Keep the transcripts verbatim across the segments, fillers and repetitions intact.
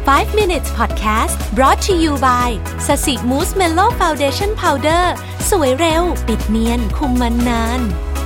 five minutes podcast brought to you by สสิมูสเมโล่ฟาวเดชั่นพาวเดอร์สวยเร็วปิดเนียนคุมมันนาน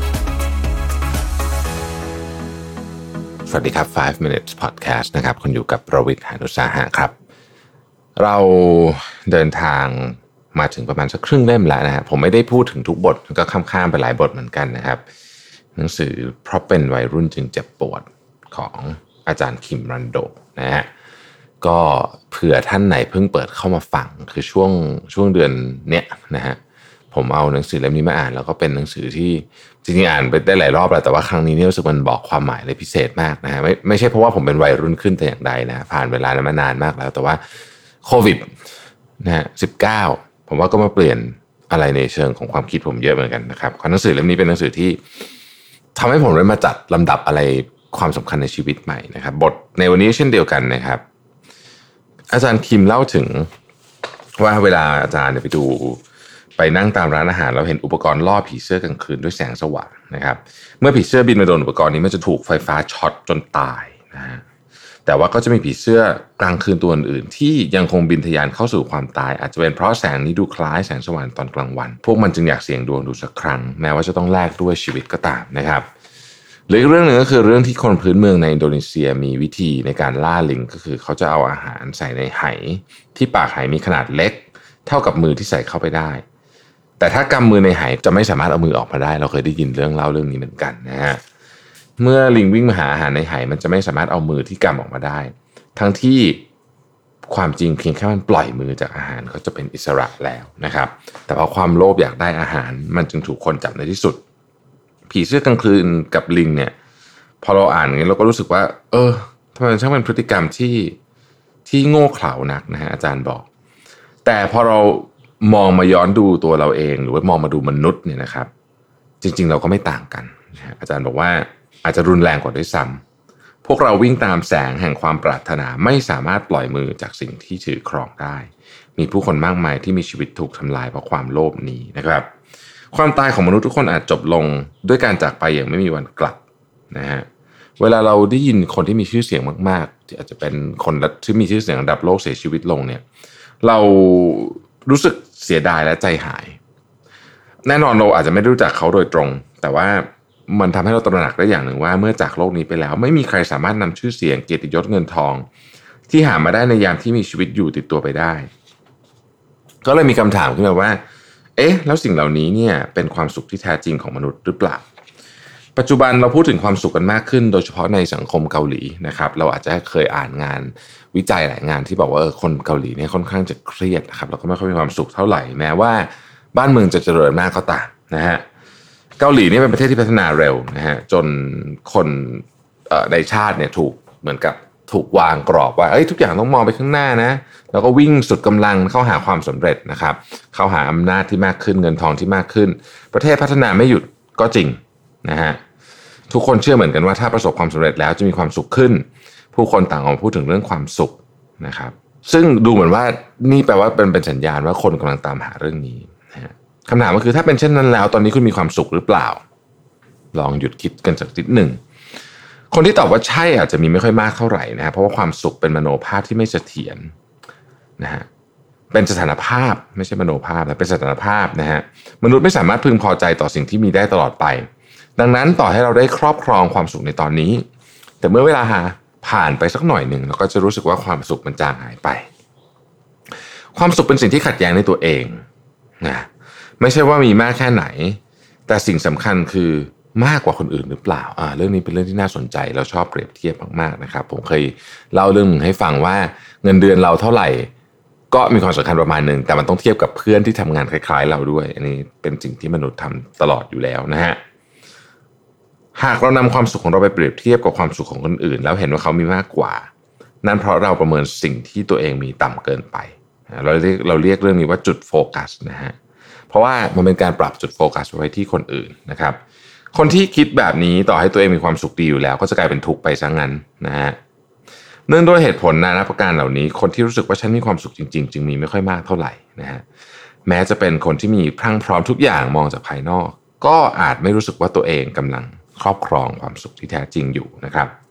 สวัสดีครับfive minutes podcast นะครับคุณอยู่กับประวิทย์ หาญอุตสาหะครับเราเดินทางมาถึงประมาณสักครึ่งเล่มแล้วนะฮะผมไม่ได้พูดถึงทุกบทก็ข้ามๆไปหลายบทเหมือนกันนะครับหนังสือเพราะเป็นวัยรุ่นจึงเจ็บปวดของอาจารย์คิมรันโดนะฮะก็เผื่อท่านไหนเพิ่งเปิดเข้ามาฟังคือช่วงช่วงเดือนเนี้ยนะฮะผมเอาหนังสือเล่มนี้มาอ่านแล้วก็เป็นหนังสือที่จริงๆอ่านไปได้หลายรอบแล้วแต่ว่าครั้งนี้เนี่ยรู้สึกมันบอกความหมายเลยพิเศษมากนะฮะไม่ไม่ใช่เพราะว่าผมเป็นวัยรุ่นขึ้นแต่อย่างใดนะผ่านเวลานั้นมานานมากแล้วแต่ว่าโควิดนะฮะสิบเก้าผมว่าก็มาเปลี่ยนอะไรในเชิงของความคิดผมเยอะเหมือนกันนะครับหนังสือเล่มนี้เป็นหนังสือที่ทำให้ผมได้มาจัดลำดับอะไรความสำคัญในชีวิตใหม่นะครับบทในวันนี้เช่นเดียวกันนะครับอาจารย์คิมเล่าถึงว่าเวลาอาจารย์ไปดูไปนั่งตามร้านอาหารเราเห็นอุปกรณ์ล่อผีเสื้อกลางคืนด้วยแสงสว่างนะครับเมื่อผีเสื้อบินมาโดนอุปกรณ์นี้มันจะถูกไฟฟ้าช็อตจนตายนะฮะแต่ว่าก็จะมีผีเสื้อกลางคืนตัวอื่นๆที่ยังคงบินทะยานเข้าสู่ความตายอาจจะเป็นเพราะแสงนี้ดูคล้ายแสงสว่างตอนกลางวันพวกมันจึงอยากเสี่ยงดวงดูสักครั้งแม้ว่าจะต้องแลกด้วยชีวิตก็ตามนะครับหรืออีกเรื่องหนึ่งก็คือเรื่องที่คนพื้นเมืองในอินโดนีเซียมีวิธีในการล่าลิงก็คือเขาจะเอาอาหารใส่ในไหที่ปากไหมีขนาดเล็กเท่ากับมือที่ใส่เข้าไปได้แต่ถ้ากำมือในไหจะไม่สามารถเอามือออกมาได้เราเคยได้ยินเรื่องเล่าเรื่องนี้เหมือนกันนะฮะเมื่อลิงวิ่งมาหาอาหารในไหมันจะไม่สามารถเอามือที่กำออกมาได้ทั้งที่ความจริงเพียงแค่มันปล่อยมือจากอาหารเขาจะเป็นอิสระแล้วนะครับแต่พอความโลภอยากได้อาหารมันจึงถูกคนจับในที่สุดผีเสื้อกลางคืนกับลิงเนี่ยพอเราอ่านอย่างนี้เราก็รู้สึกว่าเออทำไมช่างเป็นพฤติกรรมที่ที่โง่เขลานักนะฮะอาจารย์บอกแต่พอเรามองมาย้อนดูตัวเราเองหรือว่ามองมาดูมนุษย์เนี่ยนะครับจริงๆเราก็ไม่ต่างกันนะอาจารย์บอกว่าอาจจะรุนแรงกว่าด้วยซ้ำพวกเราวิ่งตามแสงแห่งความปรารถนาไม่สามารถปล่อยมือจากสิ่งที่ถือครองได้มีผู้คนมากมายที่มีชีวิตถูกทำลายเพราะความโลภนี้นะครับความตายของมนุษย์ทุกคนอาจจบลงด้วยการจากไปอย่างไม่มีวันกลับนะฮะเวลาเราได้ยินคนที่มีชื่อเสียงมากๆที่อาจจะเป็นคนที่มีชื่อเสียงระดับโลกเสียชีวิตลงเนี่ยเรารู้สึกเสียดายและใจหายแน่นอนเราอาจจะไม่รู้จักเขาโดยตรงแต่ว่ามันทำให้เราตระหนักได้อย่างหนึ่งว่าเมื่อจากโลกนี้ไปแล้วไม่มีใครสามารถนำชื่อเสียงเกียรติยศเงินทองที่หามาได้ในยามที่มีชีวิตอยู่ติดตัวไปได้ก็เลยมีคำถามขึ้นมาว่าเอ๊ะแล้วสิ่งเหล่านี้เนี่ยเป็นความสุขที่แท้จริงของมนุษย์หรือเปล่าปัจจุบันเราพูดถึงความสุขกันมากขึ้นโดยเฉพาะในสังคมเกาหลีนะครับเราอาจจะเคยอ่านงานวิจัยหลายงานที่บอกว่าเออคนเกาหลีเนี่ยค่อนข้างจะเครียดนะครับแล้วก็ไม่ค่อยมีความสุขเท่าไหร่แม้ว่าบ้านเมืองจะเจริญมากก็ตามนะฮะเกาหลีนี่เป็นประเทศที่พัฒนาเร็วนะฮะจนคนในชาติเนี่ยถูกเหมือนกับถูกวางกรอบว่าเอ้ยทุกอย่างต้องมองไปข้างหน้านะแล้วก็วิ่งสุดกำลังเข้าหาความสำเร็จนะครับเข้าหาอำนาจที่มากขึ้นเงินทองที่มากขึ้นประเทศพัฒนาไม่หยุดก็จริงนะฮะทุกคนเชื่อเหมือนกันว่าถ้าประสบความสำเร็จแล้วจะมีความสุขขึ้นผู้คนต่างออกมาพูดถึงเรื่องความสุขนะครับซึ่งดูเหมือนว่านี่แปลว่าเป็นเป็นสัญญาณว่าคนกำลังตามหาเรื่องนี้นะฮะคำถามก็คือถ้าเป็นเช่นนั้นแล้วตอนนี้คุณมีความสุขหรือเปล่าลองหยุดคิดกันสักนิดหนึ่งคนที่ตอบว่าใช่อาจจะมีไม่ค่อยมากเท่าไหร่นะเพราะว่าความสุขเป็นมโนภาพที่ไม่เสถียรนะฮะเป็นสถานภาพไม่ใช่มโนภาพแต่เป็นสถานภาพนะฮะมนุษย์ไม่สามารถพึงพอใจต่อสิ่งที่มีได้ตลอดไปดังนั้นต่อให้เราได้ครอบครองความสุขในตอนนี้แต่เมื่อเวลาผ่านไปสักหน่อยหนึ่งเราก็จะรู้สึกว่าความสุขมันจางหายไปความสุขเป็นสิ่งที่ขัดแย้งในตัวเองนะไม่ใช่ว่ามีมากแค่ไหนแต่สิ่งสำคัญคือมากกว่าคนอื่นหรือเปล่าอ่าเรื่องนี้เป็นเรื่องที่น่าสนใจเราชอบเปรียบเทียบมากๆนะครับผมเคยเล่าเรื่องนึงให้ฟังว่าเงินเดือนเราเท่าไหร่ก็มีความสำคัญประมาณนึงแต่มันต้องเทียบกับเพื่อนที่ทำงานคล้ายๆเราด้วยอันนี้เป็นสิ่งที่มนุษย์ทำตลอดอยู่แล้วนะฮะหากเรานำความสุขของเราไปเปรียบเทียบกับความสุขของคนอื่นแล้วเห็นว่าเขามีมากกว่านั่นเพราะเราประเมินสิ่งที่ตัวเองมีต่ำเกินไปเราเรียกเราเรียกเรื่องนี้ว่าจุดโฟกัสนะฮะเพราะว่ามันเป็นการปรับจุดโฟกัสไว้ที่คนอื่นนะครับคนที่คิดแบบนี้ต่อให้ตัวเองมีความสุขดีอยู่แล้วก็จะกลายเป็นทุกข์ไปซะงั้นนะฮะเนื่องด้วยเหตุผลนานาประการเหล่านี้คนที่รู้สึกว่าฉันมีความสุขจริงๆจึงมีไม่ค่อยมากเท่าไหร่นะฮะแม้จะเป็นคนที่มีพรั่งพร้อมทุกอย่างมองจากภายนอกก็อาจไม่รู้สึกว่าตัวเองกำลังครอบครองความสุขที่แท้จริงอยู่นะครับ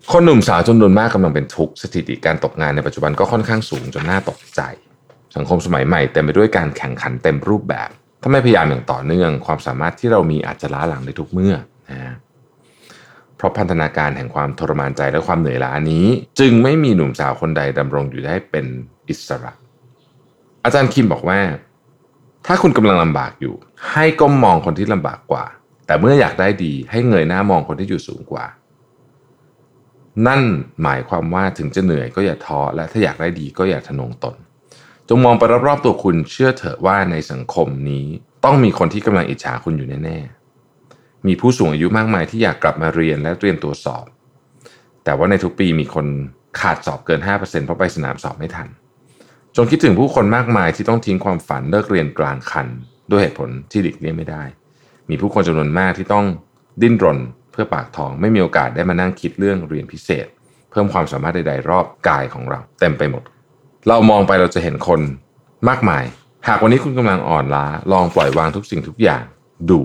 คนหนุ่มสาวจำนวนมากกำลังเป็นทุกข์สถิติการตกงานในปัจจุบันก็ค่อนข้างสูงจนน่าตกใจสังคมสมัยใหม่เต็มไปด้วยการแข่งขันเต็มรูปแบบถ้าไม่พยายามอย่างต่อเนื่องความสามารถที่เรามีอาจจะล้าหลังในทุกเมื่อนะเพราะพันธนาการแห่งความทรมานใจและความเหนื่อยล้านี้จึงไม่มีหนุ่มสาวคนใดดำรงอยู่ได้เป็นอิสระอาจารย์คิมบอกว่าถ้าคุณกำลังลำบากอยู่ให้ก้มมองคนที่ลำบากกว่าแต่เมื่ออยากได้ดีให้เงยหน้ามองคนที่อยู่สูงกว่านั่นหมายความว่าถึงจะเหนื่อยก็อย่าท้อและถ้าอยากได้ดีก็อย่าทะนงตนจงมองไปรอบๆตัวคุณเชื่อเถอะว่าในสังคมนี้ต้องมีคนที่กำลังอิจฉาคุณอยู่แน่ๆมีผู้สูงอายุมากมายที่อยากกลับมาเรียนและเตรียมตัวสอบแต่ว่าในทุกปีมีคนขาดสอบเกิน ห้าเปอร์เซ็นต์ เพราะไปสนามสอบไม่ทันจงคิดถึงผู้คนมากมายที่ต้องทิ้งความฝันเลิกเรียนกลางคันด้วยเหตุผลที่หลีกเลี่ยงไม่ได้มีผู้คนจำนวนมากที่ต้องดิ้นรนเพื่อปากท้องไม่มีโอกาสได้มานั่งคิดเรื่องเรียนพิเศษเพิ่มความสามารถใดๆรอบกายของเราเต็มไปหมดเรามองไปเราจะเห็นคนมากมายหากวันนี้คุณกำลังอ่อนล้าลองปล่อยวางทุกสิ่งทุกอย่างดู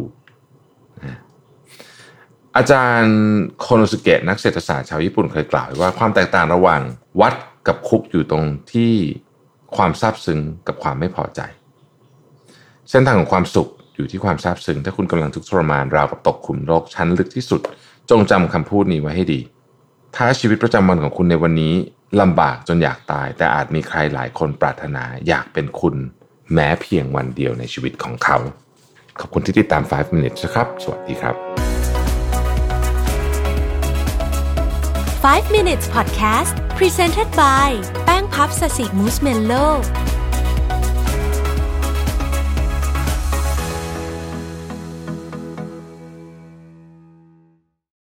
อาจารย์โคโนสุเกะนักเศรษฐศาสตร์ชาวญี่ปุ่นเคยกล่าวว่าความแตกต่างระหว่างวัดกับคุกอยู่ตรงที่ความซาบซึ้งกับความไม่พอใจเส้นทางของความสุขอยู่ที่ความซาบซึ้งถ้าคุณกำลังทุกข์ทรมานราวกับตกขุมนรกชั้นลึกที่สุดจงจำคำพูดนี้ไว้ให้ดีถ้าชีวิตประจำวันของคุณในวันนี้ลำบากจนอยากตายแต่อาจมีใครหลายคนปรารถนาอยากเป็นคุณแม้เพียงวันเดียวในชีวิตของเขาขอบคุณที่ติดตามไฟว์ minutes นะครับสวัสดีครับไฟว์ minutes podcast presented by แป้งพับสสิมูสเมลโล่